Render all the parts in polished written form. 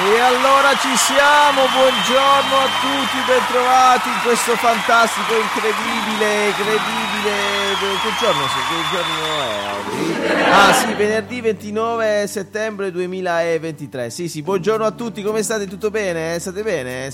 E allora ci siamo, buongiorno a tutti, bentrovati in questo fantastico, incredibile, che giorno è oggi? Ah sì, venerdì 29 settembre 2023, sì, buongiorno a tutti, come state? Tutto bene? State bene?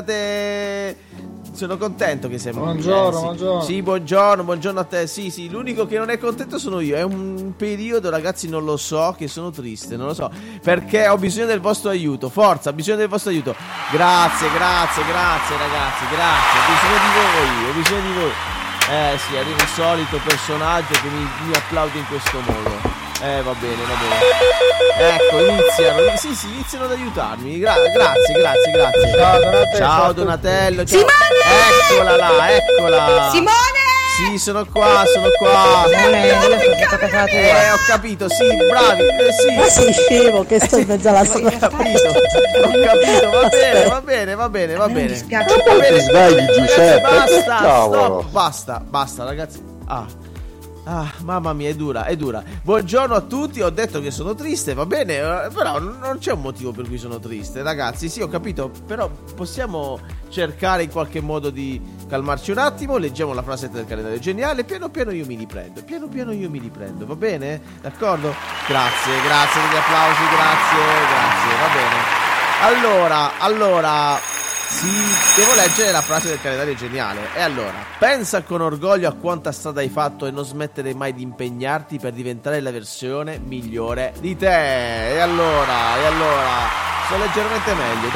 Sono contento che sei buongiorno, sì. Buongiorno. Sì, buongiorno a te. Sì, l'unico che non è contento sono io. È un periodo, ragazzi, non lo so, che sono triste, non lo so, perché ho bisogno del vostro aiuto. Forza, ho bisogno del vostro aiuto. Grazie, ragazzi, grazie. Ho bisogno di voi. Sì, arriva il solito personaggio che mi applaude in questo modo. Va bene. Ecco, iniziano ad aiutarmi. Grazie. Ciao Donatello. Simone! Eccola. Simone! Sì, sono qua. Ho capito, sì, bravi. Sì. Ma sei scemo che sto in mezzo alla strada. Ho capito, va bene. Mi dispiace. Va bene. Ti svegli, Giuseppe. Basta, ragazzi. Mamma mia, è dura. Buongiorno a tutti, ho detto che sono triste, va bene, però non c'è un motivo per cui sono triste, ragazzi. Sì, ho capito, però possiamo cercare in qualche modo di calmarci un attimo. Leggiamo la frasetta del calendario geniale. Piano piano io mi riprendo, va bene? D'accordo? Grazie degli applausi, grazie, va bene. Allora sì, devo leggere la frase del calendario geniale. E allora, pensa con orgoglio a quanta strada hai fatto e non smettere mai di impegnarti per diventare la versione migliore di te. E allora, sto leggermente meglio.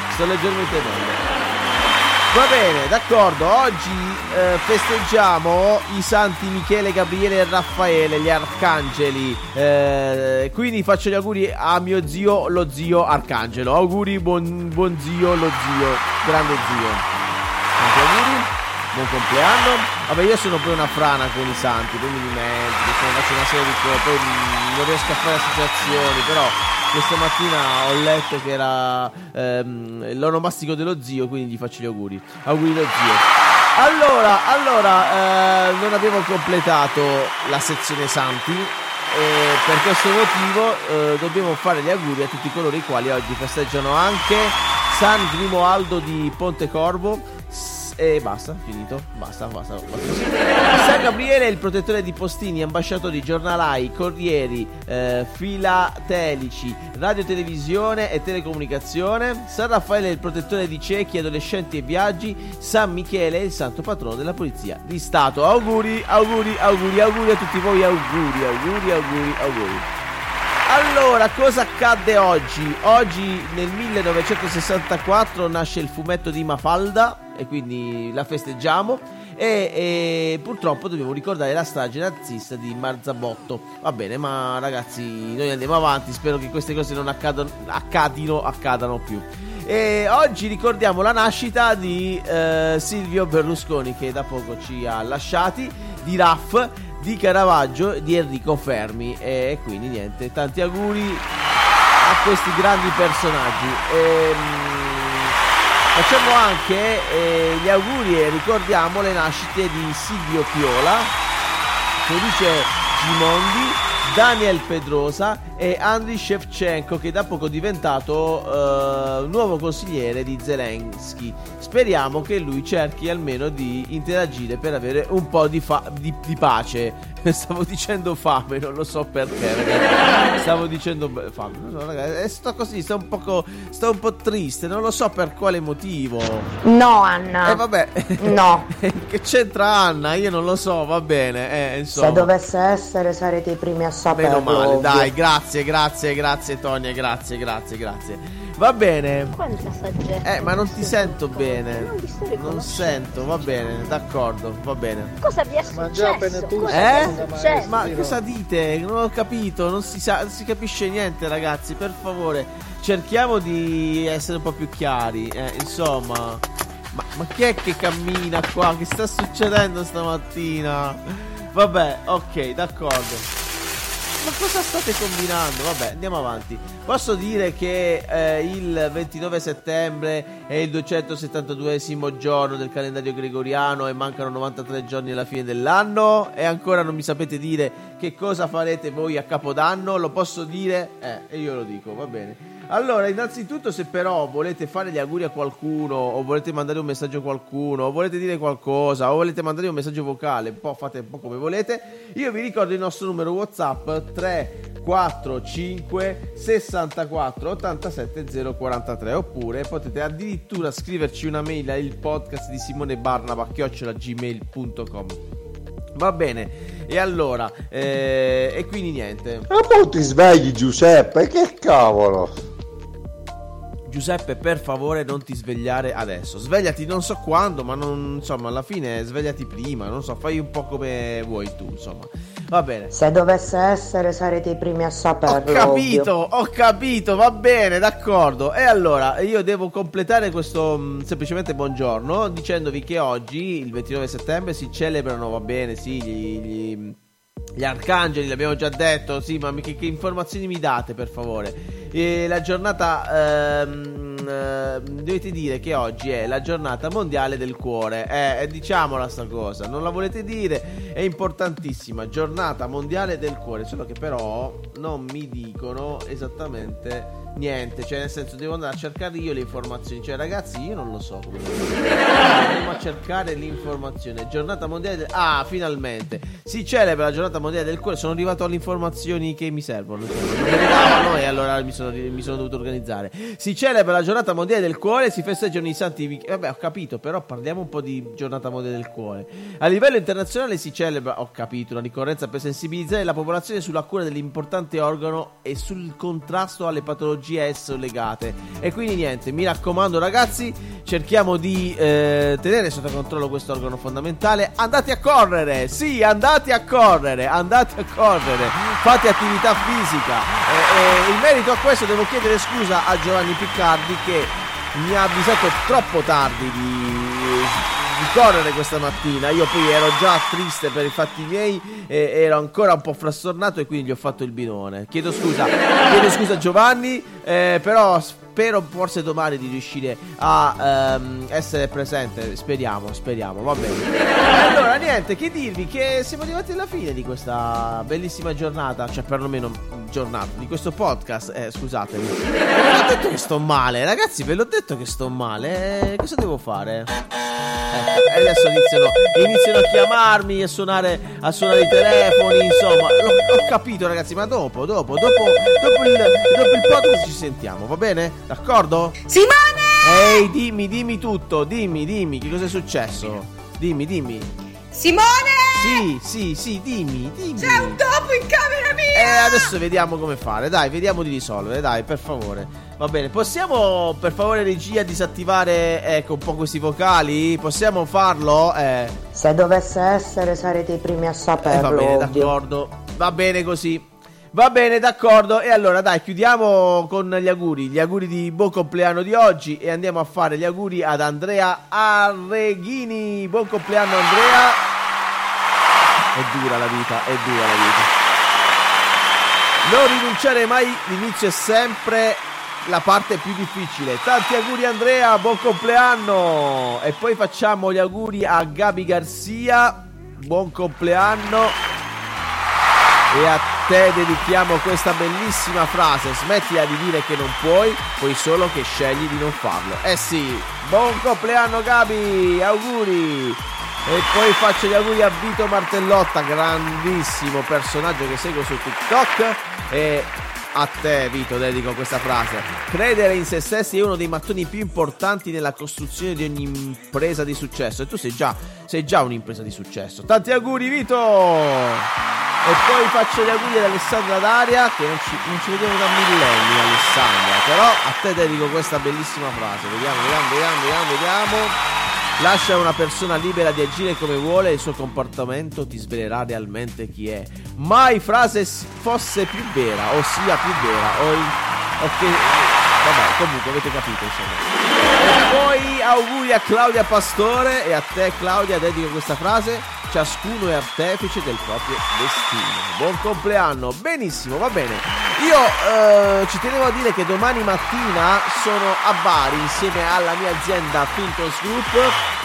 Va bene, d'accordo. Oggi festeggiamo i santi Michele, Gabriele e Raffaele, gli arcangeli. Quindi faccio gli auguri a mio zio, lo zio Arcangelo. Auguri, buon zio, lo zio, grande zio. Tanti auguri, buon compleanno. Vabbè, io sono poi una frana con i santi, poi mi dimentico, faccio una serie di cose, poi non riesco a fare associazioni, però questa mattina ho letto che era l'onomastico dello zio, quindi gli faccio gli auguri. Auguri lo zio. Allora, non abbiamo completato la sezione santi e per questo motivo dobbiamo fare gli auguri a tutti coloro i quali oggi festeggiano anche San Grimoaldo di Pontecorvo. E basta, finito. Basta. San Gabriele è il protettore di postini, ambasciatori, giornalai, corrieri, filatelici, radiotelevisione e telecomunicazione. San Raffaele è il protettore di ciechi, adolescenti e viaggi. San Michele è il santo patrono della polizia di Stato. Auguri a tutti voi, auguri. Allora, cosa accadde oggi? Oggi nel 1964 nasce il fumetto di Mafalda e quindi la festeggiamo e purtroppo dobbiamo ricordare la strage nazista di Marzabotto. Va bene, ma ragazzi, noi andiamo avanti, spero che queste cose non accadano più. E oggi ricordiamo la nascita di Silvio Berlusconi, che da poco ci ha lasciati, di Raff, di Caravaggio, di Enrico Fermi, e quindi niente, tanti auguri a questi grandi personaggi. Facciamo anche gli auguri e ricordiamo le nascite di Silvio Piola, Felice Gimondi, Daniel Pedrosa e Andriy Shevchenko, che da poco è diventato nuovo consigliere di Zelensky. Speriamo che lui cerchi almeno di interagire per avere un po' di pace. Stavo dicendo fame, non lo so perché, ragazzi. Stavo dicendo fame, non so, ragazzi. Sto così, sto un po' triste, non lo so per quale motivo. No, Anna. Vabbè. No. Che c'entra Anna? Io non lo so, va bene. Insomma. Se dovesse essere sarete i primi a saperlo. Meno male, ovvio. dai, grazie Tonia, grazie. Va bene. Quanta saggezza. Ma non ti sento bene. Non sento, va bene, d'accordo, va bene. Cosa vi è successo? Ma cosa dite? Non ho capito, non si capisce niente, ragazzi, per favore. Cerchiamo di essere un po' più chiari, insomma. Ma chi è che cammina qua? Che sta succedendo stamattina? Vabbè, ok, d'accordo. Ma cosa state combinando? Vabbè, andiamo avanti. Posso dire che il 29 settembre è il 272esimo giorno del calendario gregoriano e mancano 93 giorni alla fine dell'anno e ancora non mi sapete dire che cosa farete voi a Capodanno? Lo posso dire? E io lo dico, va bene. Allora, innanzitutto, se però volete fare gli auguri a qualcuno, o volete mandare un messaggio a qualcuno, o volete dire qualcosa, o volete mandare un messaggio vocale, fate un po' come volete. Io vi ricordo il nostro numero WhatsApp 345 64 87 043, oppure potete addirittura scriverci una mail al podcast di Simone Barnaba @gmail.com. Va bene, e allora, e quindi niente. Ma poi ti svegli, Giuseppe, che cavolo. Giuseppe, per favore non ti svegliare adesso. Svegliati non so quando, ma non, insomma, alla fine svegliati prima, non so, fai un po' come vuoi tu, insomma. Va bene. Se dovesse essere sarete i primi a saperlo. Ho capito, va bene, d'accordo. E allora, io devo completare questo semplicemente buongiorno dicendovi che oggi, il 29 settembre, si celebrano, va bene, sì, gli arcangeli, l'abbiamo già detto, sì, ma che informazioni mi date, per favore? La giornata, dovete dire che oggi è la giornata mondiale del cuore, diciamola sta cosa, non la volete dire? È importantissima, giornata mondiale del cuore, solo che però non mi dicono esattamente niente, cioè nel senso devo andare a cercare io le informazioni, cioè ragazzi io non lo so come andiamo a cercare l'informazione. Giornata mondiale finalmente si celebra la giornata mondiale del cuore. Sono arrivato alle informazioni che mi servono, non me le davano e allora mi sono dovuto organizzare. Si celebra la giornata mondiale del cuore, si festeggiano i santi vabbè, ho capito, però parliamo un po' di giornata mondiale del cuore. A livello internazionale si celebra, ho capito, una ricorrenza per sensibilizzare la popolazione sulla cura dell'importante organo e sul contrasto alle patologie a esso legate. E quindi niente, mi raccomando ragazzi, cerchiamo di tenere sotto controllo questo organo fondamentale. Andate a correre, sì, andate a correre, fate attività fisica. In merito a questo devo chiedere scusa a Giovanni Piccardi, che mi ha avvisato troppo tardi di correre questa mattina. Io poi ero già triste per i fatti miei, ero ancora un po' frastornato e quindi gli ho fatto il binone. Chiedo scusa Giovanni, però spero forse domani di riuscire a essere presente. Speriamo, va bene. Allora niente, che dirvi, che siamo arrivati alla fine di questa bellissima giornata, cioè perlomeno giornata di questo podcast. Scusatemi, ve l'ho detto che sto male, ragazzi, ve l'ho detto che sto male. Cosa devo fare? Adesso iniziano a chiamarmi, a suonare i telefoni, insomma, ho capito ragazzi, ma dopo il podcast ci sentiamo, va bene? D'accordo? Simone! Ehi, dimmi tutto, dimmi, che cosa è successo? Dimmi. Simone! Sì, dimmi. C'è un topo in camera mia! Adesso vediamo come fare, dai, vediamo di risolvere, dai, per favore. Va bene, possiamo per favore regia disattivare un po' questi vocali? Possiamo farlo? Se dovesse essere sarete i primi a saperlo. Va bene, d'accordo. Va bene così. Va bene, d'accordo. E allora dai, chiudiamo con gli auguri di buon compleanno di oggi e andiamo a fare gli auguri ad Andrea Arreghini. Buon compleanno Andrea. È dura la vita. Non rinunciare mai, l'inizio è sempre la parte più difficile. Tanti auguri Andrea, buon compleanno. E poi facciamo gli auguri a Gabi Garzia, buon compleanno. E a te dedichiamo questa bellissima frase: smettila di dire che non puoi solo che scegli di non farlo. Sì, buon compleanno Gabi, auguri. E poi faccio gli auguri a Vito Martellotta, grandissimo personaggio che seguo su TikTok. E a te Vito dedico questa frase: credere in se stessi è uno dei mattoni più importanti nella costruzione di ogni impresa di successo. E tu sei già un'impresa di successo. Tanti auguri Vito. E poi faccio gli auguri ad Alessandra Daria, che non ci vediamo da millenni Alessandra, però a te dedico questa bellissima frase. Vediamo. Lascia una persona libera di agire come vuole, il suo comportamento ti svelerà realmente chi è. Mai frase fosse più vera, o sia più vera, o che... Vabbè, comunque avete capito, insomma. E poi auguri a Claudia Pastore, e a te Claudia dedico questa frase: ciascuno è artefice del proprio destino. Buon compleanno. Benissimo, va bene. Io ci tenevo a dire che domani mattina sono a Bari insieme alla mia azienda Fintos Group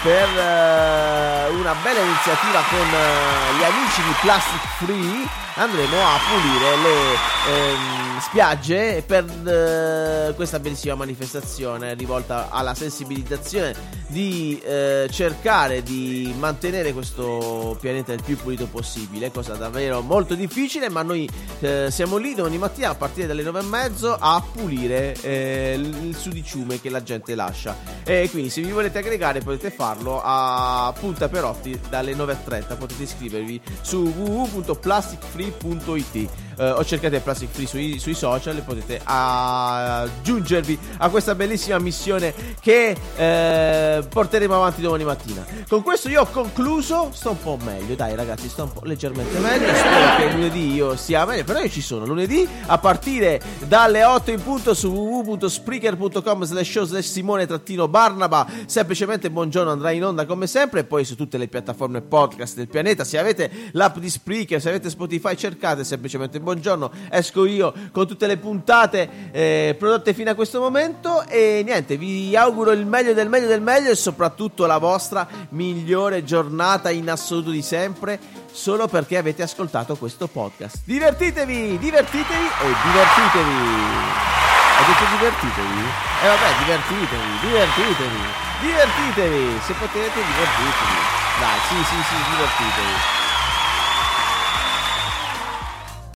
per una bella iniziativa con gli amici di Plastic Free. Andremo a pulire le spiagge per questa bellissima manifestazione rivolta alla sensibilizzazione di cercare di mantenere questo pianeta il più pulito possibile, cosa davvero molto difficile, ma noi siamo lì ogni mattina a partire dalle 9:30 a pulire il sudiciume che la gente lascia, e quindi se vi volete aggregare potete farlo a Punta Perotti dalle 9:30. Potete iscrivervi su www.plasticfree.it o cercate Plastic Free sui social e potete aggiungervi a questa bellissima missione che porteremo avanti domani mattina. Con questo io ho concluso. Sto un po' meglio, dai ragazzi, sto un po' leggermente meglio. Spero che lunedì io stia meglio, però io ci sono lunedì a partire dalle 8 in punto su www.spreaker.com/show/Simone-Barnaba. Semplicemente Buongiorno andrà in onda come sempre, e poi su tutte le piattaforme podcast del pianeta. Se avete l'app di Spreaker, se avete Spotify, cercate semplicemente Buongiorno, esco io con tutte le puntate prodotte fino a questo momento. E niente, vi auguro il meglio del meglio del meglio, e soprattutto la vostra migliore giornata in assoluto di sempre, solo perché avete ascoltato questo podcast. Divertitevi, divertitevi e divertitevi. Ho detto divertitevi? Vabbè, divertitevi. Se potete, divertitevi. Dai, sì, divertitevi.